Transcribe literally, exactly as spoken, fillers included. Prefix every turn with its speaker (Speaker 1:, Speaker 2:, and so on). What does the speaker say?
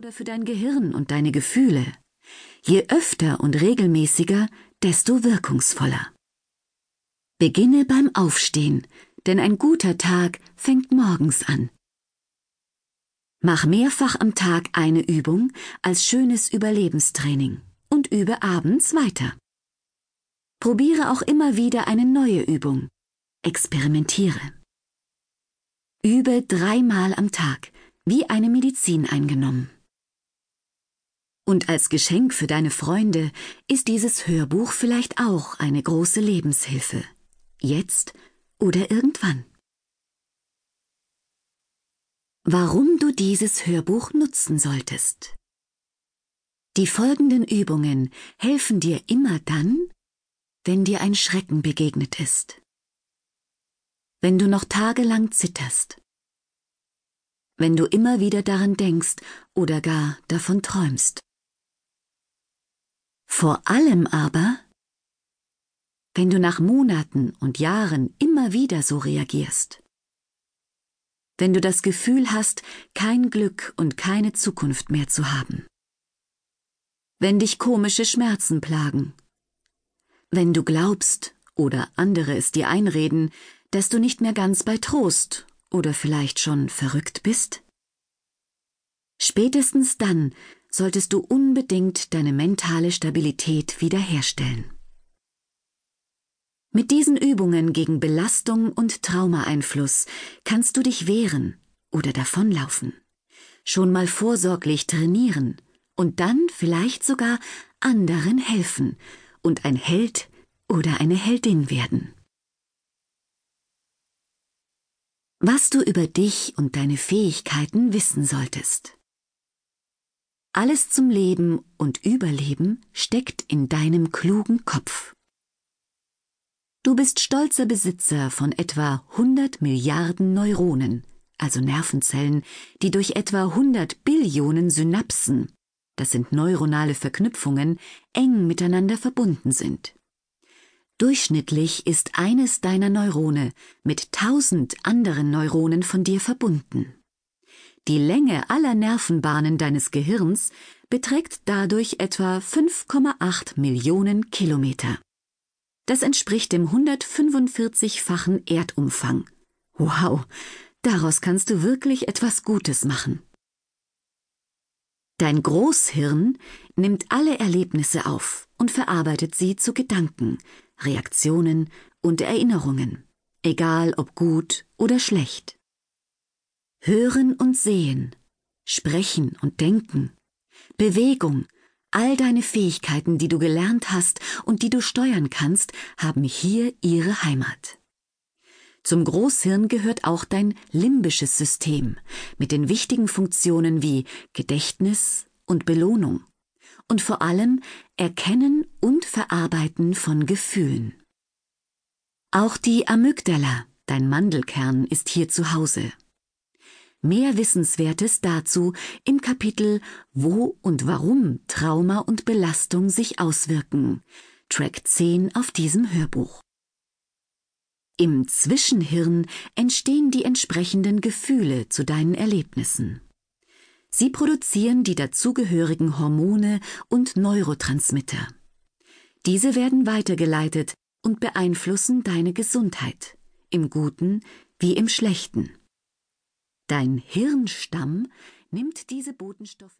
Speaker 1: oder für dein Gehirn und deine Gefühle. Je öfter und regelmäßiger, desto wirkungsvoller. Beginne beim Aufstehen, denn ein guter Tag fängt morgens an. Mach mehrfach am Tag eine Übung als schönes Überlebenstraining und übe abends weiter. Probiere auch immer wieder eine neue Übung. Experimentiere. Übe dreimal am Tag, wie eine Medizin eingenommen. Und als Geschenk für deine Freunde ist dieses Hörbuch vielleicht auch eine große Lebenshilfe. Jetzt oder irgendwann. Warum du dieses Hörbuch nutzen solltest. Die folgenden Übungen helfen dir immer dann, wenn dir ein Schrecken begegnet ist. Wenn du noch tagelang zitterst. Wenn du immer wieder daran denkst oder gar davon träumst. Vor allem aber, wenn du nach Monaten und Jahren immer wieder so reagierst. Wenn du das Gefühl hast, kein Glück und keine Zukunft mehr zu haben. Wenn dich komische Schmerzen plagen. Wenn du glaubst oder andere es dir einreden, dass du nicht mehr ganz bei Trost oder vielleicht schon verrückt bist. Spätestens dann solltest du unbedingt deine mentale Stabilität wiederherstellen. Mit diesen Übungen gegen Belastung und Traumaeinfluss kannst du dich wehren oder davonlaufen, schon mal vorsorglich trainieren und dann vielleicht sogar anderen helfen und ein Held oder eine Heldin werden. Was du über dich und deine Fähigkeiten wissen solltest. Alles zum Leben und Überleben steckt in deinem klugen Kopf. Du bist stolzer Besitzer von etwa hundert Milliarden Neuronen, also Nervenzellen, die durch etwa hundert Billionen Synapsen, das sind neuronale Verknüpfungen, eng miteinander verbunden sind. Durchschnittlich ist eines deiner Neurone mit tausend anderen Neuronen von dir verbunden. Die Länge aller Nervenbahnen deines Gehirns beträgt dadurch etwa fünf Komma acht Millionen Kilometer. Das entspricht dem hundertfünfundvierzigfachen Erdumfang. Wow, daraus kannst du wirklich etwas Gutes machen. Dein Großhirn nimmt alle Erlebnisse auf und verarbeitet sie zu Gedanken, Reaktionen und Erinnerungen, egal ob gut oder schlecht. Hören und sehen, sprechen und denken, Bewegung, all deine Fähigkeiten, die du gelernt hast und die du steuern kannst, haben hier ihre Heimat. Zum Großhirn gehört auch dein limbisches System mit den wichtigen Funktionen wie Gedächtnis und Belohnung und vor allem Erkennen und Verarbeiten von Gefühlen. Auch die Amygdala, dein Mandelkern, ist hier zu Hause. Mehr Wissenswertes dazu im Kapitel Wo und warum Trauma und Belastung sich auswirken, Track zehn auf diesem Hörbuch. Im Zwischenhirn entstehen die entsprechenden Gefühle zu deinen Erlebnissen. Sie produzieren die dazugehörigen Hormone und Neurotransmitter. Diese werden weitergeleitet und beeinflussen deine Gesundheit, im Guten wie im Schlechten. Dein Hirnstamm nimmt diese Botenstoffe